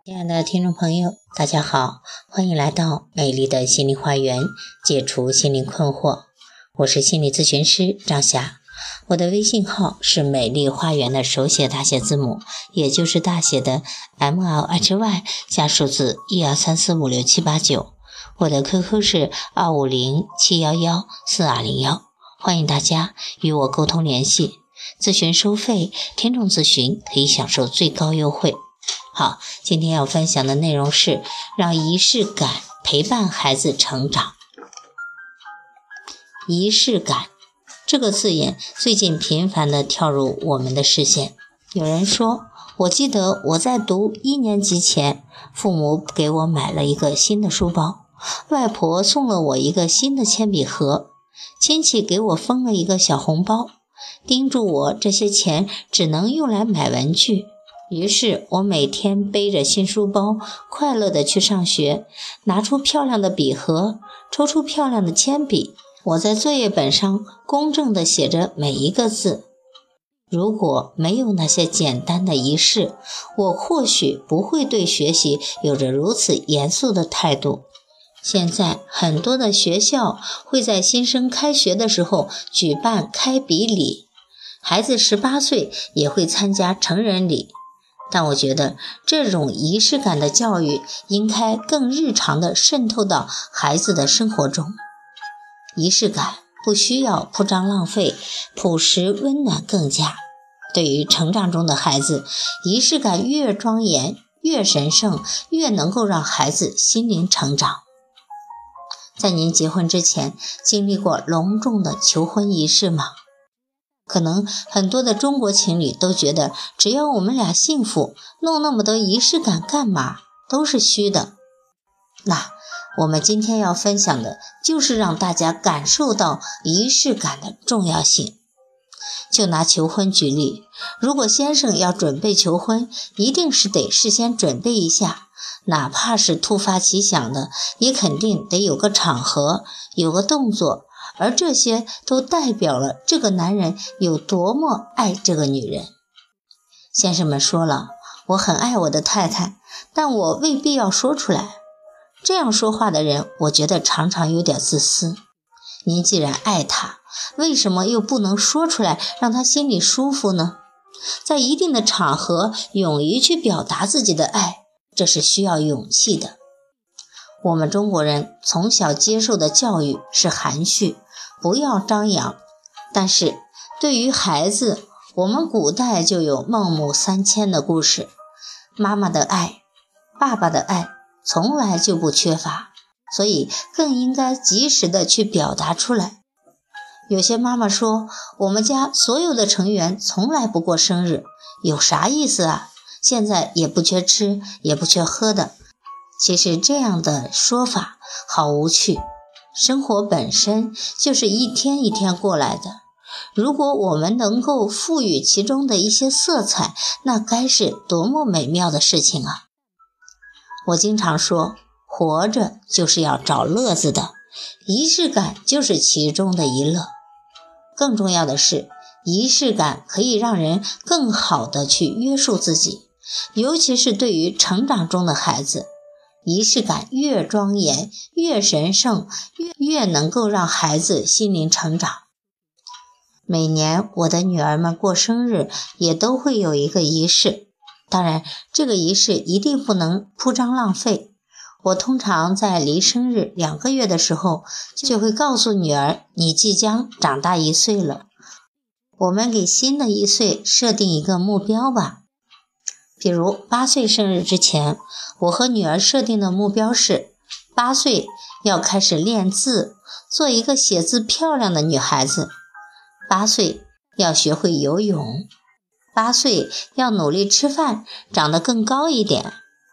亲爱的听众朋友，大家好，欢迎来到美丽的心灵花园，解除心灵困惑。我是心理咨询师张霞，我的微信号是美丽花园的手写大写字母，也就是大写的 MLHY 加数字123456789。我的 QQ 是250711421，欢迎大家与我沟通联系。咨询收费，听众咨询可以享受最高优惠。好，今天要分享的内容是让仪式感陪伴孩子成长。仪式感这个字眼最近频繁地跳入我们的视线。有人说，我记得我在读1年级前，父母给我买了一个新的书包，外婆送了我一个新的铅笔盒，亲戚给我封了一个小红包，叮嘱我这些钱只能用来买文具。于是我每天背着新书包，快乐地去上学，拿出漂亮的笔盒，抽出漂亮的铅笔，我在作业本上公正地写着每一个字。如果没有那些简单的仪式，我或许不会对学习有着如此严肃的态度。现在很多的学校会在新生开学的时候举办开笔礼，孩子18岁也会参加成人礼。但我觉得这种仪式感的教育应该更日常地渗透到孩子的生活中。仪式感不需要铺张浪费，朴实温暖更佳。对于成长中的孩子，仪式感越庄严越神圣，越能够让孩子心灵成长。在您结婚之前，经历过隆重的求婚仪式吗？可能很多的中国情侣都觉得，只要我们俩幸福，弄那么多仪式感干嘛？都是虚的。那我们今天要分享的就是让大家感受到仪式感的重要性。就拿求婚举例，如果先生要准备求婚，一定是得事先准备一下，哪怕是突发奇想的，也肯定得有个场合，有个动作，而这些都代表了这个男人有多么爱这个女人。先生们说了，我很爱我的太太，但我未必要说出来。这样说话的人，我觉得常常有点自私。您既然爱他，为什么又不能说出来，让他心里舒服呢？在一定的场合，勇于去表达自己的爱，这是需要勇气的。我们中国人从小接受的教育是含蓄，不要张扬。但是对于孩子，我们古代就有孟母3000的故事，妈妈的爱，爸爸的爱从来就不缺乏，所以更应该及时的去表达出来。有些妈妈说，我们家所有的成员从来不过生日，有啥意思啊？现在也不缺吃，也不缺喝的。其实这样的说法好无趣，生活本身就是一天一天过来的，如果我们能够赋予其中的一些色彩，那该是多么美妙的事情啊！我经常说，活着就是要找乐子的，仪式感就是其中的一乐。更重要的是，仪式感可以让人更好地去约束自己，尤其是对于成长中的孩子，仪式感越庄严越神圣，越能够让孩子心灵成长。每年我的女儿们过生日也都会有一个仪式，当然这个仪式一定不能铺张浪费。我通常在离生日2个月的时候，就会告诉女儿，你即将长大1岁了，我们给新的1岁设定一个目标吧。比如8岁生日之前，我和女儿设定的目标是8岁要开始练字，做一个写字漂亮的女孩子；8岁要学会游泳；8岁要努力吃饭，长得更高一点。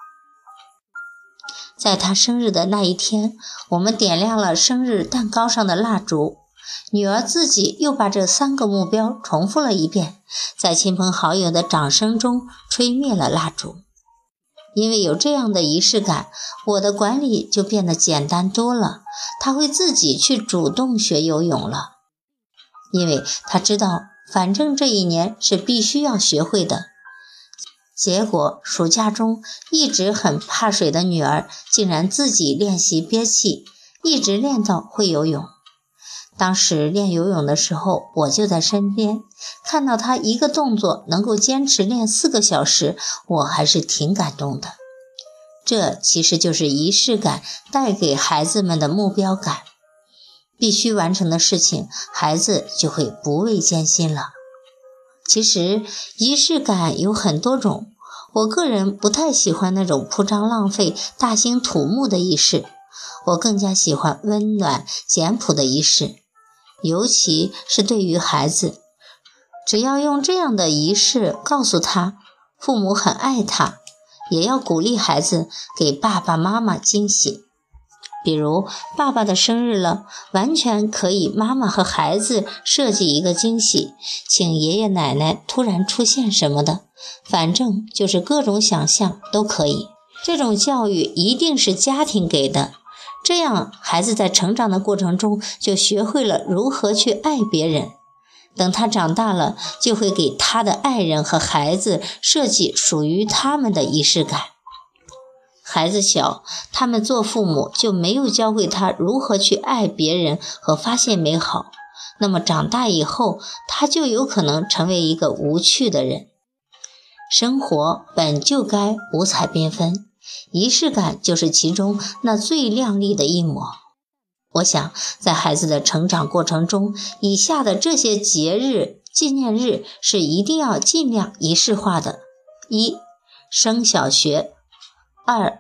在她生日的那一天，我们点亮了生日蛋糕上的蜡烛，女儿自己又把这3个目标重复了一遍，在亲朋好友的掌声中吹灭了蜡烛。因为有这样的仪式感，我的管理就变得简单多了，她会自己去主动学游泳了。因为她知道，反正这一年是必须要学会的。 结果暑假中一直很怕水的女儿竟然自己练习憋气，一直练到会游泳。当时练游泳的时候，我就在身边，看到她一个动作能够坚持练4个小时，我还是挺感动的。这其实就是仪式感带给孩子们的目标感，必须完成的事情，孩子就会不畏艰辛了。其实仪式感有很多种，我个人不太喜欢那种铺张浪费、大兴土木的仪式，我更加喜欢温暖简朴的仪式，尤其是对于孩子，只要用这样的仪式告诉他，父母很爱他，也要鼓励孩子给爸爸妈妈惊喜。比如爸爸的生日了，完全可以妈妈和孩子设计一个惊喜，请爷爷奶奶突然出现什么的，反正就是各种想象都可以。这种教育一定是家庭给的，这样孩子在成长的过程中就学会了如何去爱别人，等他长大了，就会给他的爱人和孩子设计属于他们的仪式感。孩子小，他们做父母就没有教会他如何去爱别人和发现美好，那么长大以后，他就有可能成为一个无趣的人。生活本就该五彩缤纷，仪式感就是其中那最亮丽的一抹。我想在孩子的成长过程中，以下的这些节日、纪念日是一定要尽量仪式化的。1. 升小学。2.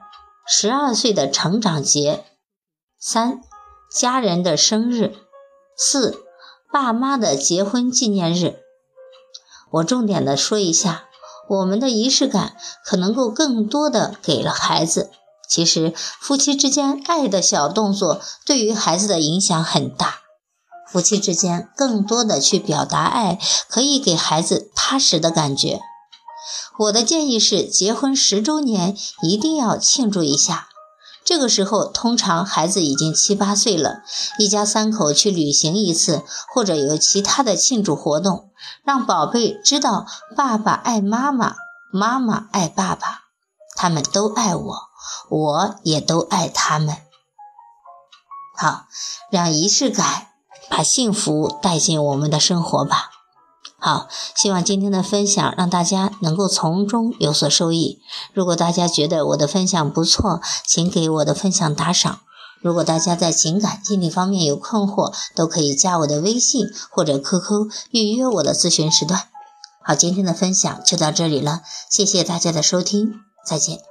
12岁的成长节。3. 家人的生日。4. 爸妈的结婚纪念日。我重点的说一下，我们的仪式感可能够更多的给了孩子。其实夫妻之间爱的小动作对于孩子的影响很大，夫妻之间更多的去表达爱，可以给孩子踏实的感觉。我的建议是，结婚10周年一定要庆祝一下。这个时候通常孩子已经7、8岁了，一家3口去旅行一次，或者有其他的庆祝活动，让宝贝知道爸爸爱妈妈，妈妈爱爸爸，他们都爱我，我也都爱他们。好，让仪式感把幸福带进我们的生活吧。好，希望今天的分享让大家能够从中有所受益。如果大家觉得我的分享不错，请给我的分享打赏。如果大家在情感心理方面有困惑，都可以加我的微信或者 QQ 预约我的咨询时段。好，今天的分享就到这里了，谢谢大家的收听，再见。